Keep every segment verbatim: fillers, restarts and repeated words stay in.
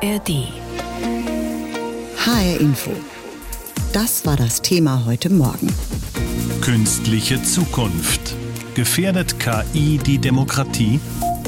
R D. H R Info. Das war das Thema heute Morgen. Künstliche Zukunft. Gefährdet K I die Demokratie?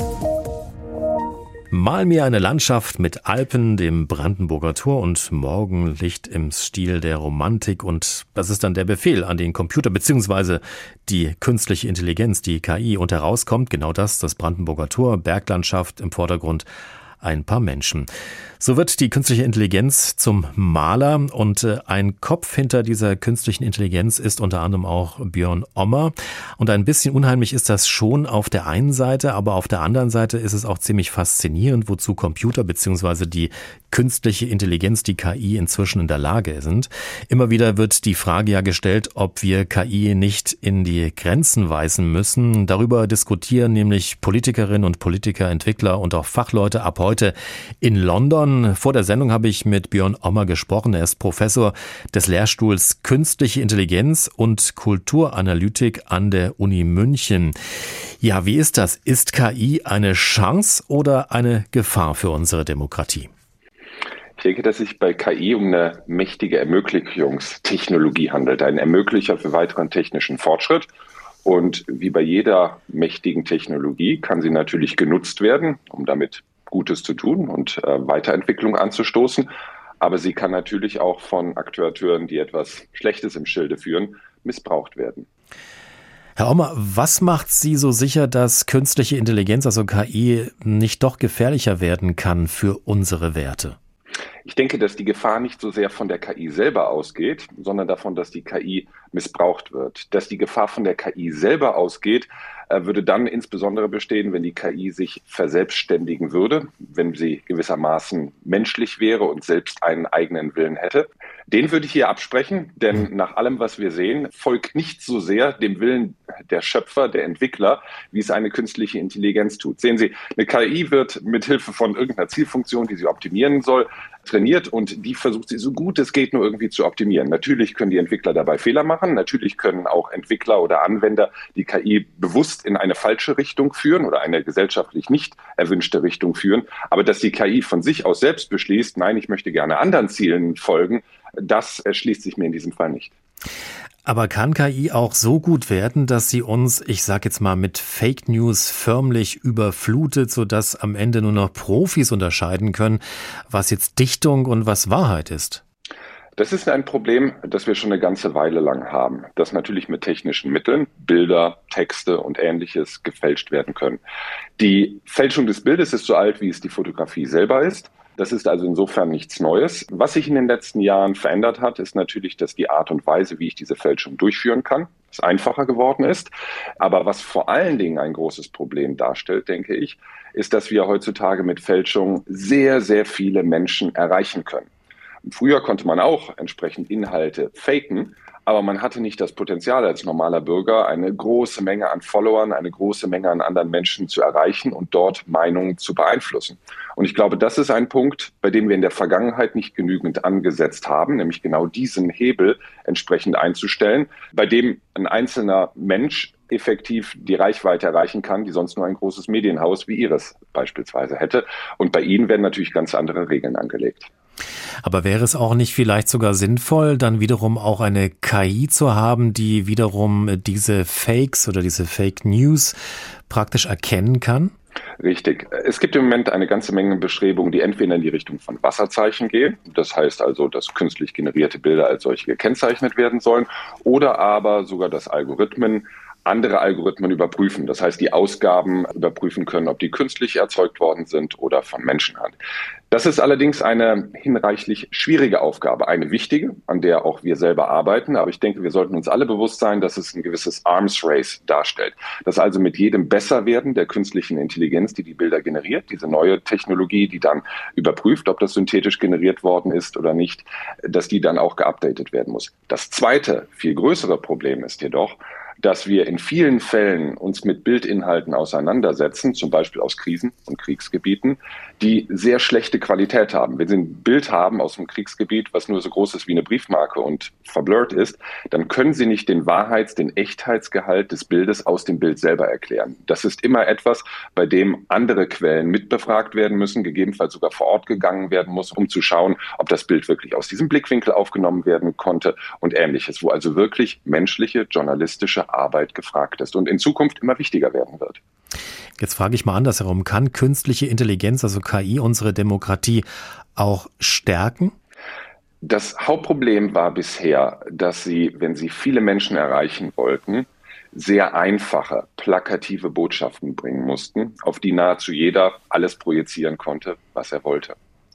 Mal mehr eine Landschaft mit Alpen, dem Brandenburger Tor und Morgenlicht im Stil der Romantik. Und das ist dann der Befehl an den Computer bzw. die künstliche Intelligenz, die K I. Und herauskommt genau das, das Brandenburger Tor, Berglandschaft im Vordergrund, ein paar Menschen. So wird die künstliche Intelligenz zum Maler und äh, ein Kopf hinter dieser künstlichen Intelligenz ist unter anderem auch Björn Ommer. Und ein bisschen unheimlich ist das schon auf der einen Seite, aber auf der anderen Seite ist es auch ziemlich faszinierend, wozu Computer bzw. die künstliche Intelligenz, die K I, inzwischen in der Lage sind. Immer wieder wird die Frage ja gestellt, ob wir K I nicht in die Grenzen weisen müssen. Darüber diskutieren nämlich Politikerinnen und Politiker, Entwickler und auch Fachleute ab heute in London. Vor der Sendung habe ich mit Björn Ommer gesprochen. Er ist Professor des Lehrstuhls Künstliche Intelligenz und Kulturanalytik an der Uni München. Ja, wie ist das? Ist K I eine Chance oder eine Gefahr für unsere Demokratie? Ich denke, dass sich bei K I um eine mächtige Ermöglichungstechnologie handelt, ein Ermöglicher für weiteren technischen Fortschritt. Und wie bei jeder mächtigen Technologie kann sie natürlich genutzt werden, um damit Gutes zu tun und äh, Weiterentwicklung anzustoßen. Aber sie kann natürlich auch von Akteuren, die etwas Schlechtes im Schilde führen, missbraucht werden. Herr Ommer, was macht Sie so sicher, dass künstliche Intelligenz, also K I, nicht doch gefährlicher werden kann für unsere Werte? Ich denke, dass die Gefahr nicht so sehr von der K I selber ausgeht, sondern davon, dass die K I missbraucht wird. Dass die Gefahr von der K I selber ausgeht, würde dann insbesondere bestehen, wenn die K I sich verselbstständigen würde, wenn sie gewissermaßen menschlich wäre und selbst einen eigenen Willen hätte. Den würde ich hier absprechen, denn nach allem, was wir sehen, folgt nicht so sehr dem Willen der Schöpfer, der Entwickler, wie es eine künstliche Intelligenz tut. Sehen Sie, eine K I wird mit Hilfe von irgendeiner Zielfunktion, die sie optimieren soll, trainiert und die versucht sie so gut es geht nur irgendwie zu optimieren. Natürlich können die Entwickler dabei Fehler machen, natürlich können auch Entwickler oder Anwender die K I bewusst in eine falsche Richtung führen oder eine gesellschaftlich nicht erwünschte Richtung führen. Aber dass die K I von sich aus selbst beschließt, nein, ich möchte gerne anderen Zielen folgen, das erschließt sich mir in diesem Fall nicht. Aber kann K I auch so gut werden, dass sie uns, ich sag jetzt mal, mit Fake News förmlich überflutet, sodass am Ende nur noch Profis unterscheiden können, was jetzt Dichtung und was Wahrheit ist? Das ist ein Problem, das wir schon eine ganze Weile lang haben, dass natürlich mit technischen Mitteln Bilder, Texte und Ähnliches gefälscht werden können. Die Fälschung des Bildes ist so alt, wie es die Fotografie selber ist. Das ist also insofern nichts Neues. Was sich in den letzten Jahren verändert hat, ist natürlich, dass die Art und Weise, wie ich diese Fälschung durchführen kann, es einfacher geworden ist. Aber was vor allen Dingen ein großes Problem darstellt, denke ich, ist, dass wir heutzutage mit Fälschung sehr, sehr viele Menschen erreichen können. Früher konnte man auch entsprechend Inhalte faken, aber man hatte nicht das Potenzial als normaler Bürger, eine große Menge an Followern, eine große Menge an anderen Menschen zu erreichen und dort Meinungen zu beeinflussen. Und ich glaube, das ist ein Punkt, bei dem wir in der Vergangenheit nicht genügend angesetzt haben, nämlich genau diesen Hebel entsprechend einzustellen, bei dem ein einzelner Mensch effektiv die Reichweite erreichen kann, die sonst nur ein großes Medienhaus wie Ihres beispielsweise hätte. Und bei Ihnen werden natürlich ganz andere Regeln angelegt. Aber wäre es auch nicht vielleicht sogar sinnvoll, dann wiederum auch eine K I zu haben, die wiederum diese Fakes oder diese Fake News praktisch erkennen kann? Richtig. Es gibt im Moment eine ganze Menge Bestrebungen, die entweder in die Richtung von Wasserzeichen gehen, das heißt also, dass künstlich generierte Bilder als solche gekennzeichnet werden sollen, oder aber sogar, dass Algorithmen andere Algorithmen überprüfen. Das heißt, die Ausgaben überprüfen können, ob die künstlich erzeugt worden sind oder von Menschenhand. Das ist allerdings eine hinreichlich schwierige Aufgabe, eine wichtige, an der auch wir selber arbeiten. Aber ich denke, wir sollten uns alle bewusst sein, dass es ein gewisses Arms Race darstellt. Dass also mit jedem Besserwerden der künstlichen Intelligenz, die die Bilder generiert, diese neue Technologie, die dann überprüft, ob das synthetisch generiert worden ist oder nicht, dass die dann auch geupdatet werden muss. Das zweite, viel größere Problem ist jedoch, dass wir in vielen Fällen uns mit Bildinhalten auseinandersetzen, zum Beispiel aus Krisen- und Kriegsgebieten, die sehr schlechte Qualität haben. Wenn Sie ein Bild haben aus einem Kriegsgebiet, was nur so groß ist wie eine Briefmarke und verblurrt ist, dann können Sie nicht den Wahrheits-, den Echtheitsgehalt des Bildes aus dem Bild selber erklären. Das ist immer etwas, bei dem andere Quellen mitbefragt werden müssen, gegebenenfalls sogar vor Ort gegangen werden muss, um zu schauen, ob das Bild wirklich aus diesem Blickwinkel aufgenommen werden konnte und Ähnliches, wo also wirklich menschliche, journalistische Arbeit gefragt ist und in Zukunft immer wichtiger werden wird. Jetzt frage ich mal andersherum, kann künstliche Intelligenz, also K I, unsere Demokratie auch stärken? Das Hauptproblem war bisher, dass sie, wenn sie viele Menschen erreichen wollten, sehr einfache, plakative Botschaften bringen mussten, auf die nahezu jeder alles projizieren konnte, was er wollte.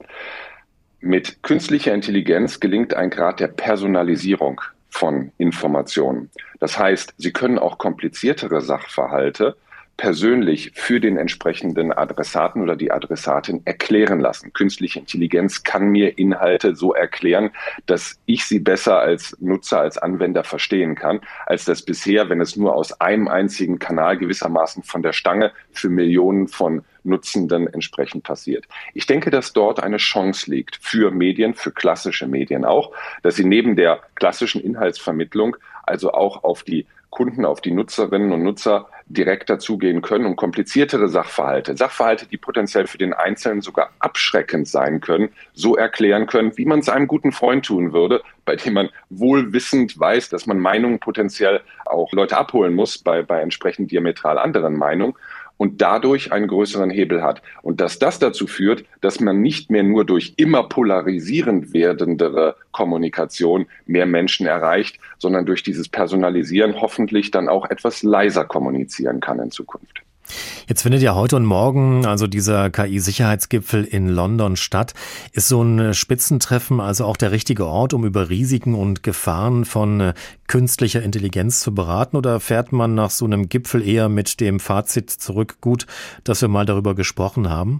Mit künstlicher Intelligenz gelingt ein Grad der Personalisierung von Informationen. Das heißt, Sie können auch kompliziertere Sachverhalte persönlich für den entsprechenden Adressaten oder die Adressatin erklären lassen. Künstliche Intelligenz kann mir Inhalte so erklären, dass ich sie besser als Nutzer, als Anwender verstehen kann, als das bisher, wenn es nur aus einem einzigen Kanal gewissermaßen von der Stange für Millionen von Nutzenden entsprechend passiert. Ich denke, dass dort eine Chance liegt für Medien, für klassische Medien auch, dass sie neben der klassischen Inhaltsvermittlung also auch auf die Kunden, auf die Nutzerinnen und Nutzer direkter zugehen können und kompliziertere Sachverhalte, Sachverhalte, die potenziell für den Einzelnen sogar abschreckend sein können, so erklären können, wie man es einem guten Freund tun würde, bei dem man wohlwissend weiß, dass man Meinungen potenziell auch Leute abholen muss bei, bei entsprechend diametral anderen Meinungen. Und dadurch einen größeren Hebel hat. Und dass das dazu führt, dass man nicht mehr nur durch immer polarisierend werdendere Kommunikation mehr Menschen erreicht, sondern durch dieses Personalisieren hoffentlich dann auch etwas leiser kommunizieren kann in Zukunft. Jetzt findet ja heute und morgen also dieser K I-Sicherheitsgipfel in London statt. Ist so ein Spitzentreffen also auch der richtige Ort, um über Risiken und Gefahren von künstlicher Intelligenz zu beraten? Oder fährt man nach so einem Gipfel eher mit dem Fazit zurück, gut, dass wir mal darüber gesprochen haben?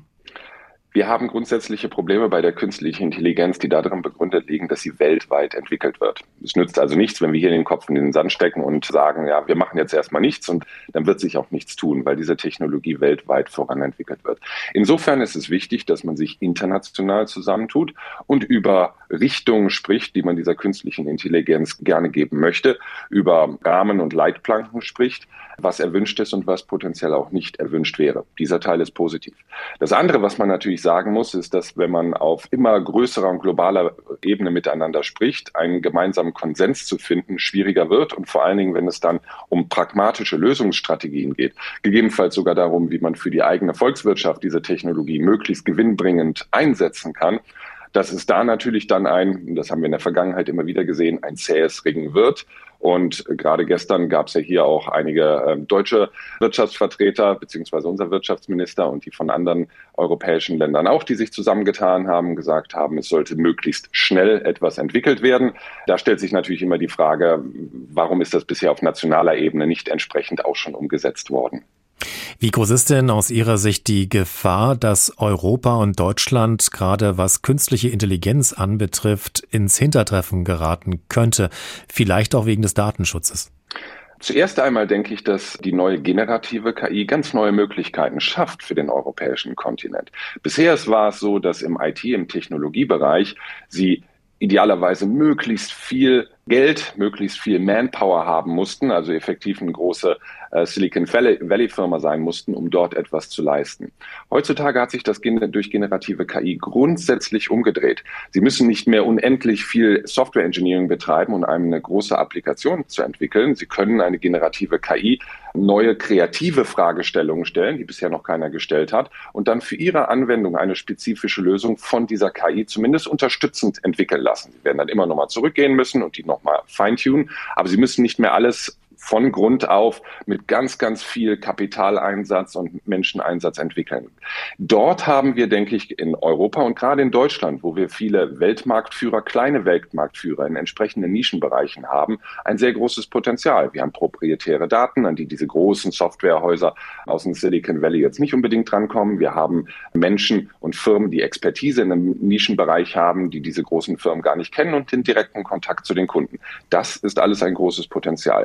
Wir haben grundsätzliche Probleme bei der künstlichen Intelligenz, die darin begründet liegen, dass sie weltweit entwickelt wird. Es nützt also nichts, wenn wir hier den Kopf in den Sand stecken und sagen, ja, wir machen jetzt erstmal nichts und dann wird sich auch nichts tun, weil diese Technologie weltweit voranentwickelt wird. Insofern ist es wichtig, dass man sich international zusammentut und über Richtungen spricht, die man dieser künstlichen Intelligenz gerne geben möchte, über Rahmen und Leitplanken spricht, was erwünscht ist und was potenziell auch nicht erwünscht wäre. Dieser Teil ist positiv. Das andere, was man natürlich sagen muss, ist, dass wenn man auf immer größerer und globaler Ebene miteinander spricht, einen gemeinsamen Konsens zu finden schwieriger wird und vor allen Dingen, wenn es dann um pragmatische Lösungsstrategien geht, gegebenenfalls sogar darum, wie man für die eigene Volkswirtschaft diese Technologie möglichst gewinnbringend einsetzen kann, dass es da natürlich dann ein, das haben wir in der Vergangenheit immer wieder gesehen, ein zähes Ringen wird. Und gerade gestern gab es ja hier auch einige äh, deutsche Wirtschaftsvertreter, beziehungsweise unser Wirtschaftsminister und die von anderen europäischen Ländern auch, die sich zusammengetan haben, gesagt haben, es sollte möglichst schnell etwas entwickelt werden. Da stellt sich natürlich immer die Frage, warum ist das bisher auf nationaler Ebene nicht entsprechend auch schon umgesetzt worden? Wie groß ist denn aus Ihrer Sicht die Gefahr, dass Europa und Deutschland, gerade was künstliche Intelligenz anbetrifft, ins Hintertreffen geraten könnte? Vielleicht auch wegen des Datenschutzes? Zuerst einmal denke ich, dass die neue generative K I ganz neue Möglichkeiten schafft für den europäischen Kontinent. Bisher war es so, dass im I T, im Technologiebereich, sie idealerweise möglichst viel Geld, möglichst viel Manpower haben mussten, also effektiv eine große äh, Silicon Valley Firma sein mussten, um dort etwas zu leisten. Heutzutage hat sich das durch generative K I grundsätzlich umgedreht. Sie müssen nicht mehr unendlich viel Software Engineering betreiben, um eine große Applikation zu entwickeln. Sie können eine generative K I neue kreative Fragestellungen stellen, die bisher noch keiner gestellt hat, und dann für ihre Anwendung eine spezifische Lösung von dieser K I zumindest unterstützend entwickeln lassen. Sie werden dann immer nochmal zurückgehen müssen und die nochmal feintunen, aber sie müssen nicht mehr alles von Grund auf mit ganz, ganz viel Kapitaleinsatz und Menscheneinsatz entwickeln. Dort haben wir, denke ich, in Europa und gerade in Deutschland, wo wir viele Weltmarktführer, kleine Weltmarktführer in entsprechenden Nischenbereichen haben, ein sehr großes Potenzial. Wir haben proprietäre Daten, an die diese großen Softwarehäuser aus dem Silicon Valley jetzt nicht unbedingt drankommen. Wir haben Menschen und Firmen, die Expertise in einem Nischenbereich haben, die diese großen Firmen gar nicht kennen und den direkten Kontakt zu den Kunden. Das ist alles ein großes Potenzial. Das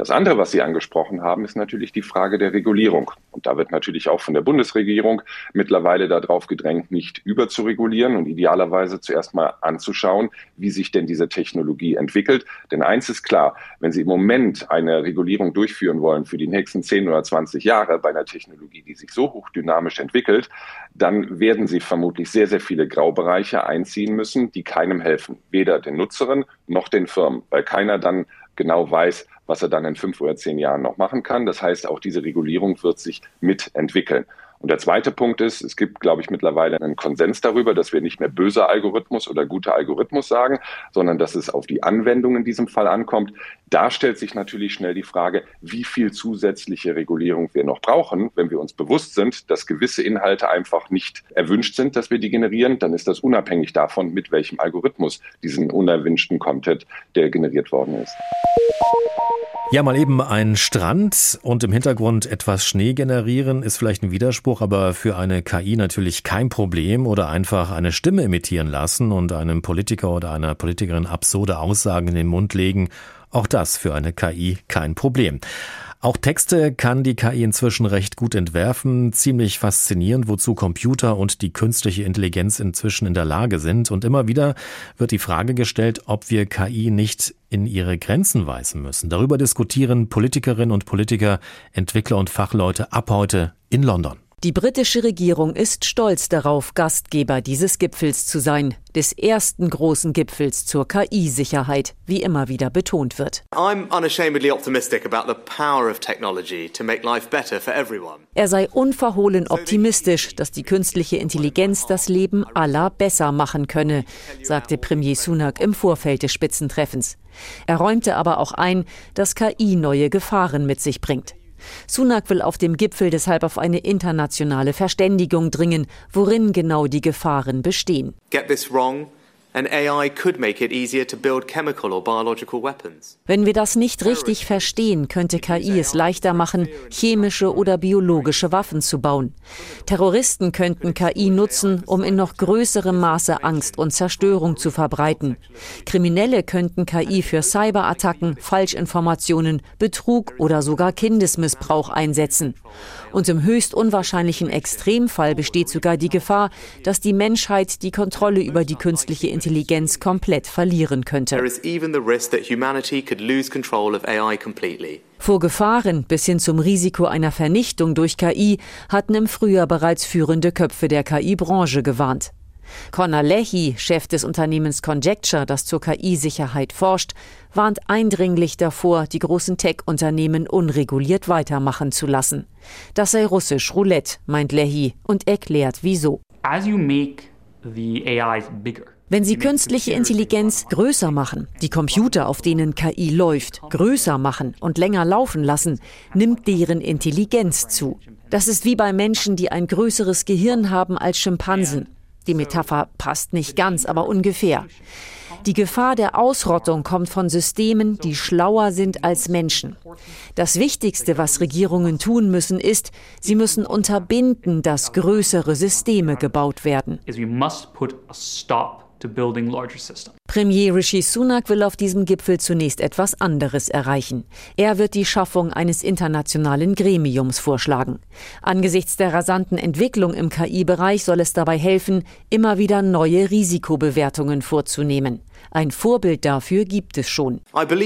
Das andere, was Sie angesprochen haben, ist natürlich die Frage der Regulierung. Und da wird natürlich auch von der Bundesregierung mittlerweile darauf gedrängt, nicht überzuregulieren und idealerweise zuerst mal anzuschauen, wie sich denn diese Technologie entwickelt. Denn eins ist klar, wenn Sie im Moment eine Regulierung durchführen wollen für die nächsten zehn oder zwanzig Jahre bei einer Technologie, die sich so hochdynamisch entwickelt, dann werden Sie vermutlich sehr, sehr viele Graubereiche einziehen müssen, die keinem helfen. Weder den Nutzerinnen noch den Firmen, weil keiner dann genau weiß, was er dann in fünf oder zehn Jahren noch machen kann. Das heißt, auch diese Regulierung wird sich mitentwickeln. Und der zweite Punkt ist, es gibt, glaube ich, mittlerweile einen Konsens darüber, dass wir nicht mehr böser Algorithmus oder guter Algorithmus sagen, sondern dass es auf die Anwendung in diesem Fall ankommt. Da stellt sich natürlich schnell die Frage, wie viel zusätzliche Regulierung wir noch brauchen. Wenn wir uns bewusst sind, dass gewisse Inhalte einfach nicht erwünscht sind, dass wir die generieren, dann ist das unabhängig davon, mit welchem Algorithmus diesen unerwünschten Content, der generiert worden ist. Ja, mal eben ein Strand und im Hintergrund etwas Schnee generieren ist vielleicht ein Widerspruch, aber für eine K I natürlich kein Problem. Oder einfach eine Stimme imitieren lassen und einem Politiker oder einer Politikerin absurde Aussagen in den Mund legen. Auch das für eine K I kein Problem. Auch Texte kann die K I inzwischen recht gut entwerfen. Ziemlich faszinierend, wozu Computer und die künstliche Intelligenz inzwischen in der Lage sind. Und immer wieder wird die Frage gestellt, ob wir K I nicht in ihre Grenzen weisen müssen. Darüber diskutieren Politikerinnen und Politiker, Entwickler und Fachleute ab heute in London. Die britische Regierung ist stolz darauf, Gastgeber dieses Gipfels zu sein, des ersten großen Gipfels zur K I-Sicherheit, wie immer wieder betont wird. I'm unashamedly optimistic about the power of technology to make life better for everyone. Er sei unverhohlen optimistisch, dass die künstliche Intelligenz das Leben aller besser machen könne, sagte Premier Sunak im Vorfeld des Spitzentreffens. Er räumte aber auch ein, dass K I neue Gefahren mit sich bringt. Sunak will auf dem Gipfel deshalb auf eine internationale Verständigung dringen, worin genau die Gefahren bestehen. Get this wrong, and A I could make it easier to build chemical or biological weapons. Wenn wir das nicht richtig verstehen, könnte K I es leichter machen, chemische oder biologische Waffen zu bauen. Terroristen könnten K I nutzen, um in noch größerem Maße Angst und Zerstörung zu verbreiten. Kriminelle könnten K I für Cyberattacken, Falschinformationen, Betrug oder sogar Kindesmissbrauch einsetzen. Und im höchst unwahrscheinlichen Extremfall besteht sogar die Gefahr, dass die Menschheit die Kontrolle über die künstliche Intelligenz komplett verlieren könnte. There is even the risk that humanity could lose control of A I completely. Vor Gefahren bis hin zum Risiko einer Vernichtung durch K I hatten im Frühjahr bereits führende Köpfe der K I-Branche gewarnt. Conor Leahy, Chef des Unternehmens Conjecture, das zur K I-Sicherheit forscht, warnt eindringlich davor, die großen Tech-Unternehmen unreguliert weitermachen zu lassen. Das sei russisch Roulette, meint Leahy und erklärt, wieso. As you make the A Is bigger. Wenn Sie künstliche Intelligenz größer machen, die Computer, auf denen K I läuft, größer machen und länger laufen lassen, nimmt deren Intelligenz zu. Das ist wie bei Menschen, die ein größeres Gehirn haben als Schimpansen. Die Metapher passt nicht ganz, aber ungefähr. Die Gefahr der Ausrottung kommt von Systemen, die schlauer sind als Menschen. Das Wichtigste, was Regierungen tun müssen, ist, sie müssen unterbinden, dass größere Systeme gebaut werden. Premier Rishi Sunak will auf diesem Gipfel zunächst etwas anderes erreichen. Er wird die Schaffung eines internationalen Gremiums vorschlagen. Angesichts der rasanten Entwicklung im K I-Bereich soll es dabei helfen, immer wieder neue Risikobewertungen vorzunehmen. Ein Vorbild dafür gibt es schon.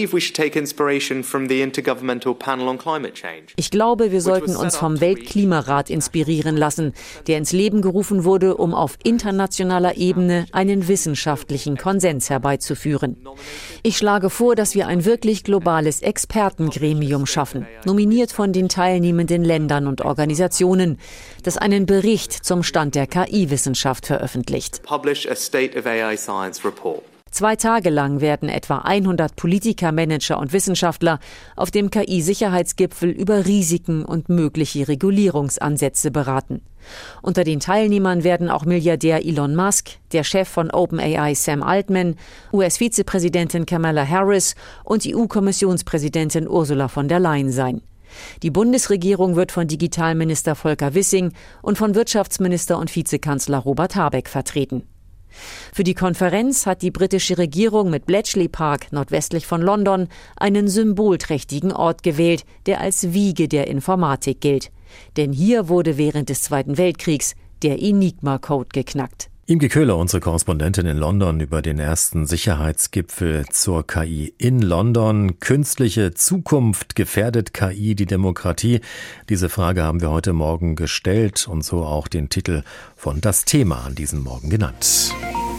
Ich glaube, wir sollten uns vom Weltklimarat inspirieren lassen, der ins Leben gerufen wurde, um auf internationaler Ebene einen wissenschaftlichen Konsens herbeizuführen. Ich schlage vor, dass wir ein wirklich globales Expertengremium schaffen, nominiert von den teilnehmenden Ländern und Organisationen, das einen Bericht zum Stand der K I-Wissenschaft veröffentlicht. Zwei Tage lang werden etwa hundert Politiker, Manager und Wissenschaftler auf dem K I-Sicherheitsgipfel über Risiken und mögliche Regulierungsansätze beraten. Unter den Teilnehmern werden auch Milliardär Elon Musk, der Chef von OpenAI Sam Altman, U S-Vizepräsidentin Kamala Harris und E U-Kommissionspräsidentin Ursula von der Leyen sein. Die Bundesregierung wird von Digitalminister Volker Wissing und von Wirtschaftsminister und Vizekanzler Robert Habeck vertreten. Für die Konferenz hat die britische Regierung mit Bletchley Park nordwestlich von London einen symbolträchtigen Ort gewählt, der als Wiege der Informatik gilt. Denn hier wurde während des Zweiten Weltkriegs der Enigma-Code geknackt. Imke Köhler, unsere Korrespondentin in London, über den ersten Sicherheitsgipfel zur K I in London. Künstliche Zukunft, gefährdet K I die Demokratie? Diese Frage haben wir heute Morgen gestellt und so auch den Titel von Das Thema an diesem Morgen genannt.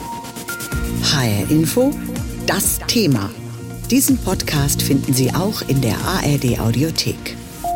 H R Info, das Thema. Diesen Podcast finden Sie auch in der A R D Audiothek.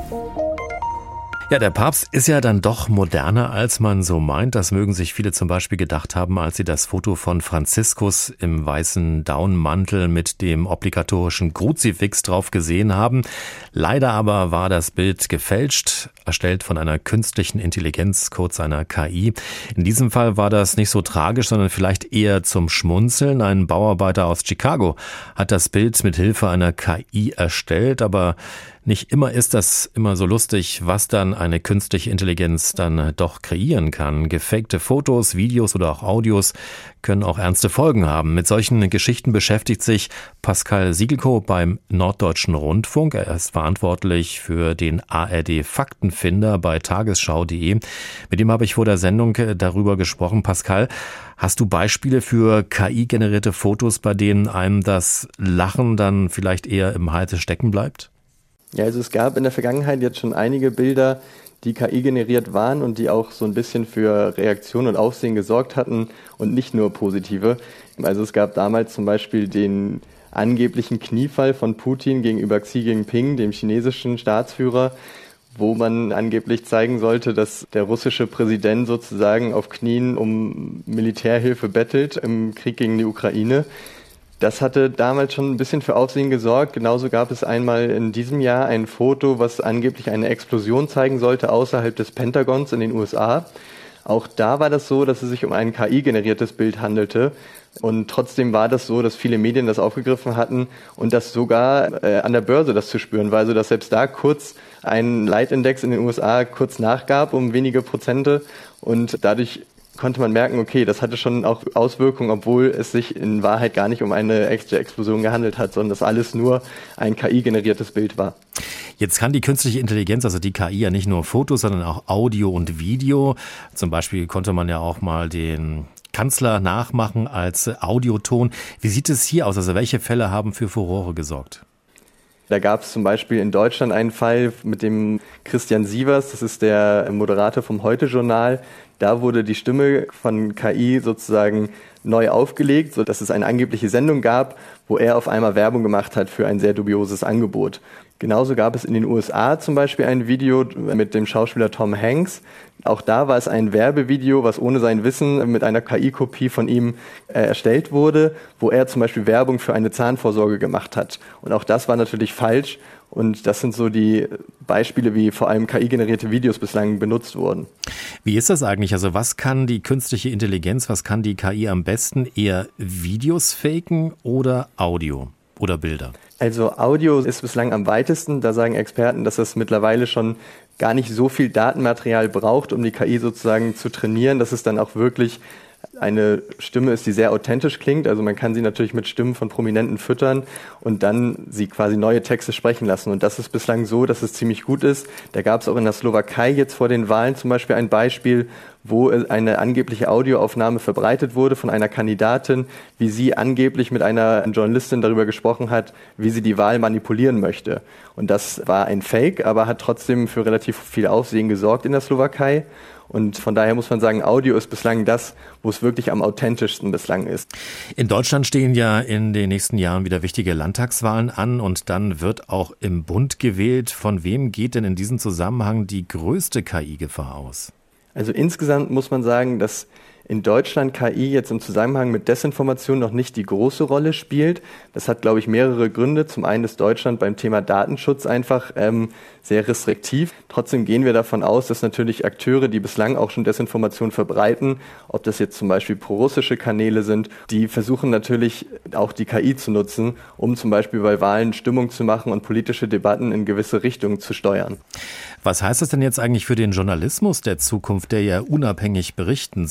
Ja, der Papst ist ja dann doch moderner, als man so meint. Das mögen sich viele zum Beispiel gedacht haben, als sie das Foto von Franziskus im weißen Daunenmantel mit dem obligatorischen Kruzifix drauf gesehen haben. Leider aber war das Bild gefälscht, erstellt von einer künstlichen Intelligenz, kurz einer K I. In diesem Fall war das nicht so tragisch, sondern vielleicht eher zum Schmunzeln. Ein Bauarbeiter aus Chicago hat das Bild mit Hilfe einer K I erstellt, aber nicht immer ist das immer so lustig, was dann eine künstliche Intelligenz dann doch kreieren kann. Gefakte Fotos, Videos oder auch Audios können auch ernste Folgen haben. Mit solchen Geschichten beschäftigt sich Pascal Siegelko beim Norddeutschen Rundfunk. Er ist verantwortlich für den A R D Faktenfinder bei tagesschau punkt de. Mit ihm habe ich vor der Sendung darüber gesprochen. Pascal, hast du Beispiele für K I-generierte Fotos, bei denen einem das Lachen dann vielleicht eher im Hals stecken bleibt? Ja, also es gab in der Vergangenheit jetzt schon einige Bilder, die K I-generiert waren und die auch so ein bisschen für Reaktion und Aufsehen gesorgt hatten und nicht nur positive. Also es gab damals zum Beispiel den angeblichen Kniefall von Putin gegenüber Xi Jinping, dem chinesischen Staatsführer, wo man angeblich zeigen sollte, dass der russische Präsident sozusagen auf Knien um Militärhilfe bettelt im Krieg gegen die Ukraine. Das hatte damals schon ein bisschen für Aufsehen gesorgt. Genauso gab es einmal in diesem Jahr ein Foto, was angeblich eine Explosion zeigen sollte außerhalb des Pentagons in den U S A. Auch da war das so, dass es sich um ein K I-generiertes Bild handelte. Und trotzdem war das so, dass viele Medien das aufgegriffen hatten und dass sogar äh, an der Börse das zu spüren war. Also dass selbst da kurz ein Leitindex in den U S A kurz nachgab um wenige Prozente und dadurch konnte man merken, okay, das hatte schon auch Auswirkungen, obwohl es sich in Wahrheit gar nicht um eine echte Explosion gehandelt hat, sondern dass alles nur ein K I-generiertes Bild war. Jetzt kann die künstliche Intelligenz, also die K I, ja nicht nur Fotos, sondern auch Audio und Video. Zum Beispiel konnte man ja auch mal den Kanzler nachmachen als Audioton. Wie sieht es hier aus? Also welche Fälle haben für Furore gesorgt? Da gab es zum Beispiel in Deutschland einen Fall mit dem Christian Sievers, das ist der Moderator vom Heute-Journal. Da wurde die Stimme von K I sozusagen neu aufgelegt, sodass es eine angebliche Sendung gab, wo er auf einmal Werbung gemacht hat für ein sehr dubioses Angebot. Genauso gab es in den U S A zum Beispiel ein Video mit dem Schauspieler Tom Hanks. Auch da war es ein Werbevideo, was ohne sein Wissen mit einer K I-Kopie von ihm äh, erstellt wurde, wo er zum Beispiel Werbung für eine Zahnvorsorge gemacht hat. Und auch das war natürlich falsch. Und das sind so die Beispiele, wie vor allem K I-generierte Videos bislang benutzt wurden. Wie ist das eigentlich? Also was kann die künstliche Intelligenz, was kann die K I am besten? Eher Videos faken oder Audio oder Bilder? Also Audio ist bislang am weitesten. Da sagen Experten, dass es mittlerweile schon gar nicht so viel Datenmaterial braucht, um die K I sozusagen zu trainieren, dass es dann auch wirklich eine Stimme ist, die sehr authentisch klingt. Also man kann sie natürlich mit Stimmen von Prominenten füttern und dann sie quasi neue Texte sprechen lassen. Und das ist bislang so, dass es ziemlich gut ist. Da gab es auch in der Slowakei jetzt vor den Wahlen zum Beispiel ein Beispiel, wo eine angebliche Audioaufnahme verbreitet wurde von einer Kandidatin, wie sie angeblich mit einer Journalistin darüber gesprochen hat, wie sie die Wahl manipulieren möchte. Und das war ein Fake, aber hat trotzdem für relativ viel Aufsehen gesorgt in der Slowakei. Und von daher muss man sagen, Audio ist bislang das, wo es wirklich am authentischsten bislang ist. In Deutschland stehen ja in den nächsten Jahren wieder wichtige Landtagswahlen an und dann wird auch im Bund gewählt. Von wem geht denn in diesem Zusammenhang die größte K I-Gefahr aus? Also insgesamt muss man sagen, dass in Deutschland K I jetzt im Zusammenhang mit Desinformation noch nicht die große Rolle spielt. Das hat, glaube ich, mehrere Gründe. Zum einen ist Deutschland beim Thema Datenschutz einfach ähm, sehr restriktiv. Trotzdem gehen wir davon aus, dass natürlich Akteure, die bislang auch schon Desinformation verbreiten, ob das jetzt zum Beispiel prorussische Kanäle sind, die versuchen natürlich auch die K I zu nutzen, um zum Beispiel bei Wahlen Stimmung zu machen und politische Debatten in gewisse Richtungen zu steuern. Was heißt das denn jetzt eigentlich für den Journalismus der Zukunft, der ja unabhängig berichten soll? Also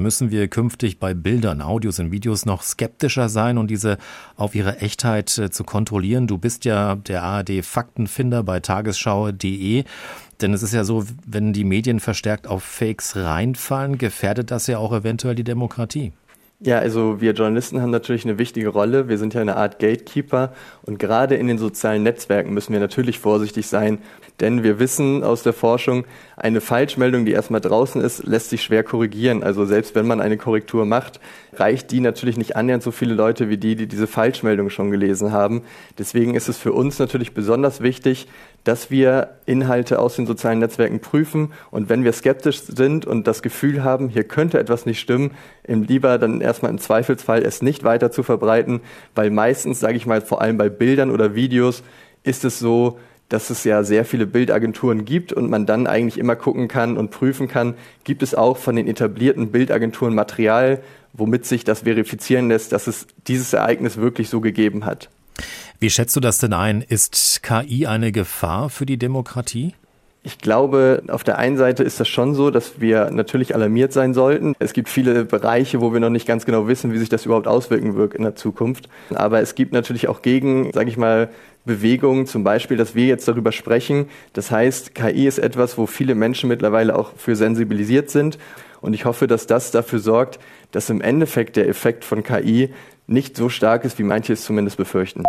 müssen wir künftig bei Bildern, Audios und Videos noch skeptischer sein und diese auf ihre Echtheit äh, zu kontrollieren? Du bist ja der A R D-Faktenfinder bei tagesschau punkt de. Denn es ist ja so, wenn die Medien verstärkt auf Fakes reinfallen, gefährdet das ja auch eventuell die Demokratie. Ja, also wir Journalisten haben natürlich eine wichtige Rolle. Wir sind ja eine Art Gatekeeper und gerade in den sozialen Netzwerken müssen wir natürlich vorsichtig sein, denn wir wissen aus der Forschung, eine Falschmeldung, die erstmal draußen ist, lässt sich schwer korrigieren. Also selbst wenn man eine Korrektur macht, reicht die natürlich nicht annähernd so viele Leute wie die, die diese Falschmeldung schon gelesen haben. Deswegen ist es für uns natürlich besonders wichtig, dass wir Inhalte aus den sozialen Netzwerken prüfen und wenn wir skeptisch sind und das Gefühl haben, hier könnte etwas nicht stimmen, lieber dann erstmal im Zweifelsfall es nicht weiter zu verbreiten, weil meistens, sage ich mal, vor allem bei Bildern oder Videos ist es so, dass es ja sehr viele Bildagenturen gibt und man dann eigentlich immer gucken kann und prüfen kann, gibt es auch von den etablierten Bildagenturen Material, womit sich das verifizieren lässt, dass es dieses Ereignis wirklich so gegeben hat. Wie schätzt du das denn ein? Ist K I eine Gefahr für die Demokratie? Ich glaube, auf der einen Seite ist das schon so, dass wir natürlich alarmiert sein sollten. Es gibt viele Bereiche, wo wir noch nicht ganz genau wissen, wie sich das überhaupt auswirken wird in der Zukunft. Aber es gibt natürlich auch gegen, sage ich mal, Bewegungen, zum Beispiel, dass wir jetzt darüber sprechen. Das heißt, K I ist etwas, wo viele Menschen mittlerweile auch für sensibilisiert sind. Und ich hoffe, dass das dafür sorgt, dass im Endeffekt der Effekt von K I nicht so stark ist, wie manche es zumindest befürchten.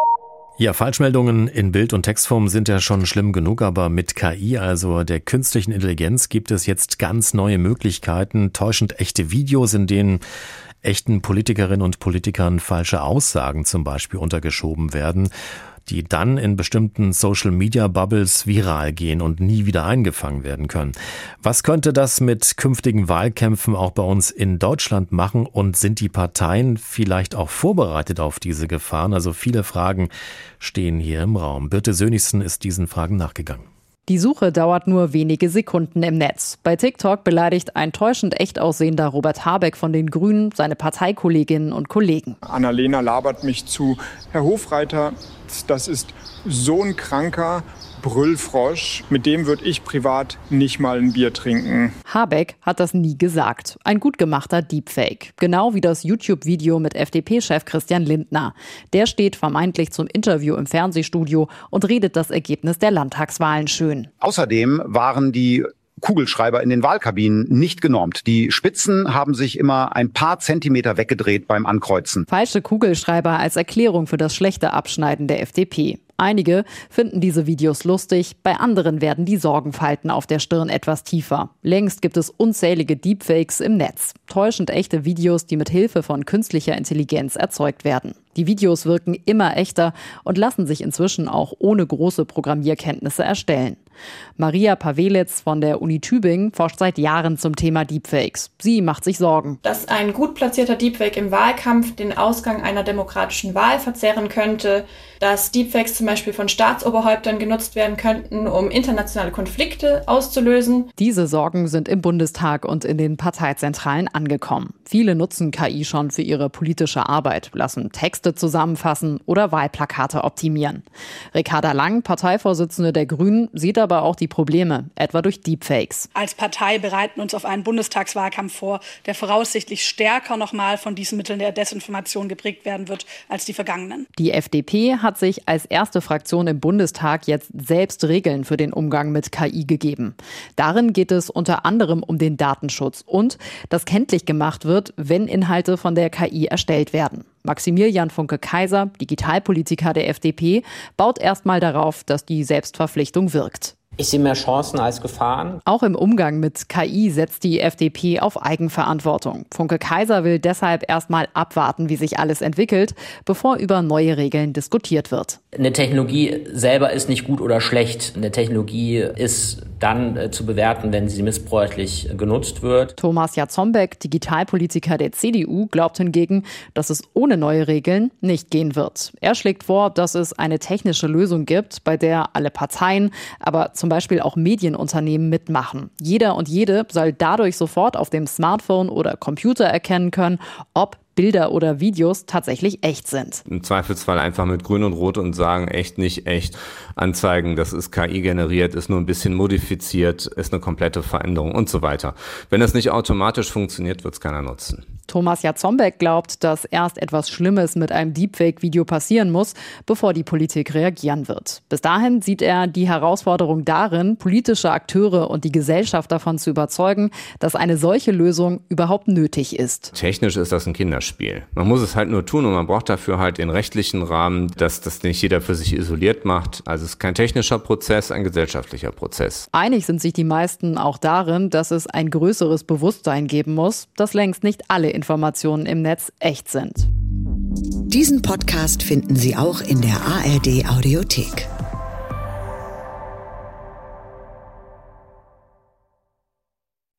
Ja, Falschmeldungen in Bild- und Textform sind ja schon schlimm genug, aber mit K I, also der künstlichen Intelligenz, gibt es jetzt ganz neue Möglichkeiten, täuschend echte Videos, in denen echten Politikerinnen und Politikern falsche Aussagen zum Beispiel untergeschoben werden, die dann in bestimmten Social-Media-Bubbles viral gehen und nie wieder eingefangen werden können. Was könnte das mit künftigen Wahlkämpfen auch bei uns in Deutschland machen und sind die Parteien vielleicht auch vorbereitet auf diese Gefahren? Also viele Fragen stehen hier im Raum. Birte Sönnigsen ist diesen Fragen nachgegangen. Die Suche dauert nur wenige Sekunden im Netz. Bei TikTok beleidigt ein täuschend echt aussehender Robert Habeck von den Grünen seine Parteikolleginnen und Kollegen. Annalena labert mich zu. Herr Hofreiter, das ist so ein kranker Brüllfrosch, mit dem würde ich privat nicht mal ein Bier trinken. Habeck hat das nie gesagt. Ein gut gemachter Deepfake. Genau wie das YouTube-Video mit F D P-Chef Christian Lindner. Der steht vermeintlich zum Interview im Fernsehstudio und redet das Ergebnis der Landtagswahlen schön. Außerdem waren die Kugelschreiber in den Wahlkabinen nicht genormt. Die Spitzen haben sich immer ein paar Zentimeter weggedreht beim Ankreuzen. Falsche Kugelschreiber als Erklärung für das schlechte Abschneiden der F D P. Einige finden diese Videos lustig, bei anderen werden die Sorgenfalten auf der Stirn etwas tiefer. Längst gibt es unzählige Deepfakes im Netz. Täuschend echte Videos, die mit Hilfe von künstlicher Intelligenz erzeugt werden. Die Videos wirken immer echter und lassen sich inzwischen auch ohne große Programmierkenntnisse erstellen. Maria Pawelitz von der Uni Tübingen forscht seit Jahren zum Thema Deepfakes. Sie macht sich Sorgen. Dass ein gut platzierter Deepfake im Wahlkampf den Ausgang einer demokratischen Wahl verzerren könnte, dass Deepfakes zum Beispiel von Staatsoberhäuptern genutzt werden könnten, um internationale Konflikte auszulösen. Diese Sorgen sind im Bundestag und in den Parteizentralen angekommen. Viele nutzen K I schon für ihre politische Arbeit, lassen Texte zusammenfassen oder Wahlplakate optimieren. Ricarda Lang, Parteivorsitzende der Grünen, sieht aber auch die Probleme, etwa durch Deepfakes. Als Partei bereiten uns auf einen Bundestagswahlkampf vor, der voraussichtlich stärker nochmal von diesen Mitteln der Desinformation geprägt werden wird als die vergangenen. Die F D P hat sich als erste Fraktion im Bundestag jetzt selbst Regeln für den Umgang mit K I gegeben. Darin geht es unter anderem um den Datenschutz und dass kenntlich gemacht wird, wenn Inhalte von der K I erstellt werden. Maximilian Funke-Kaiser, Digitalpolitiker der F D P, baut erstmal darauf, dass die Selbstverpflichtung wirkt. Ich sehe mehr Chancen als Gefahren. Auch im Umgang mit K I setzt die F D P auf Eigenverantwortung. Funke-Kaiser will deshalb erstmal abwarten, wie sich alles entwickelt, bevor über neue Regeln diskutiert wird. Eine Technologie selber ist nicht gut oder schlecht. Eine Technologie ist dann äh, zu bewerten, wenn sie missbräuchlich genutzt wird. Thomas Jatzombeck, Digitalpolitiker der C D U, glaubt hingegen, dass es ohne neue Regeln nicht gehen wird. Er schlägt vor, dass es eine technische Lösung gibt, bei der alle Parteien, aber zum Beispiel auch Medienunternehmen mitmachen. Jeder und jede soll dadurch sofort auf dem Smartphone oder Computer erkennen können, ob Bilder oder Videos tatsächlich echt sind. Im Zweifelsfall einfach mit Grün und Rot und sagen, echt, nicht echt, anzeigen, das ist K I generiert, ist nur ein bisschen modifiziert, ist eine komplette Veränderung und so weiter. Wenn das nicht automatisch funktioniert, wird es keiner nutzen. Thomas Jatzombeck glaubt, dass erst etwas Schlimmes mit einem Deepfake-Video passieren muss, bevor die Politik reagieren wird. Bis dahin sieht er die Herausforderung darin, politische Akteure und die Gesellschaft davon zu überzeugen, dass eine solche Lösung überhaupt nötig ist. Technisch ist das ein Kinderspiel. Man muss es halt nur tun und man braucht dafür halt den rechtlichen Rahmen, dass das nicht jeder für sich isoliert macht. Also es ist kein technischer Prozess, ein gesellschaftlicher Prozess. Einig sind sich die meisten auch darin, dass es ein größeres Bewusstsein geben muss, dass längst nicht alle Informationen im Netz echt sind. Diesen Podcast finden Sie auch in der A R D Audiothek.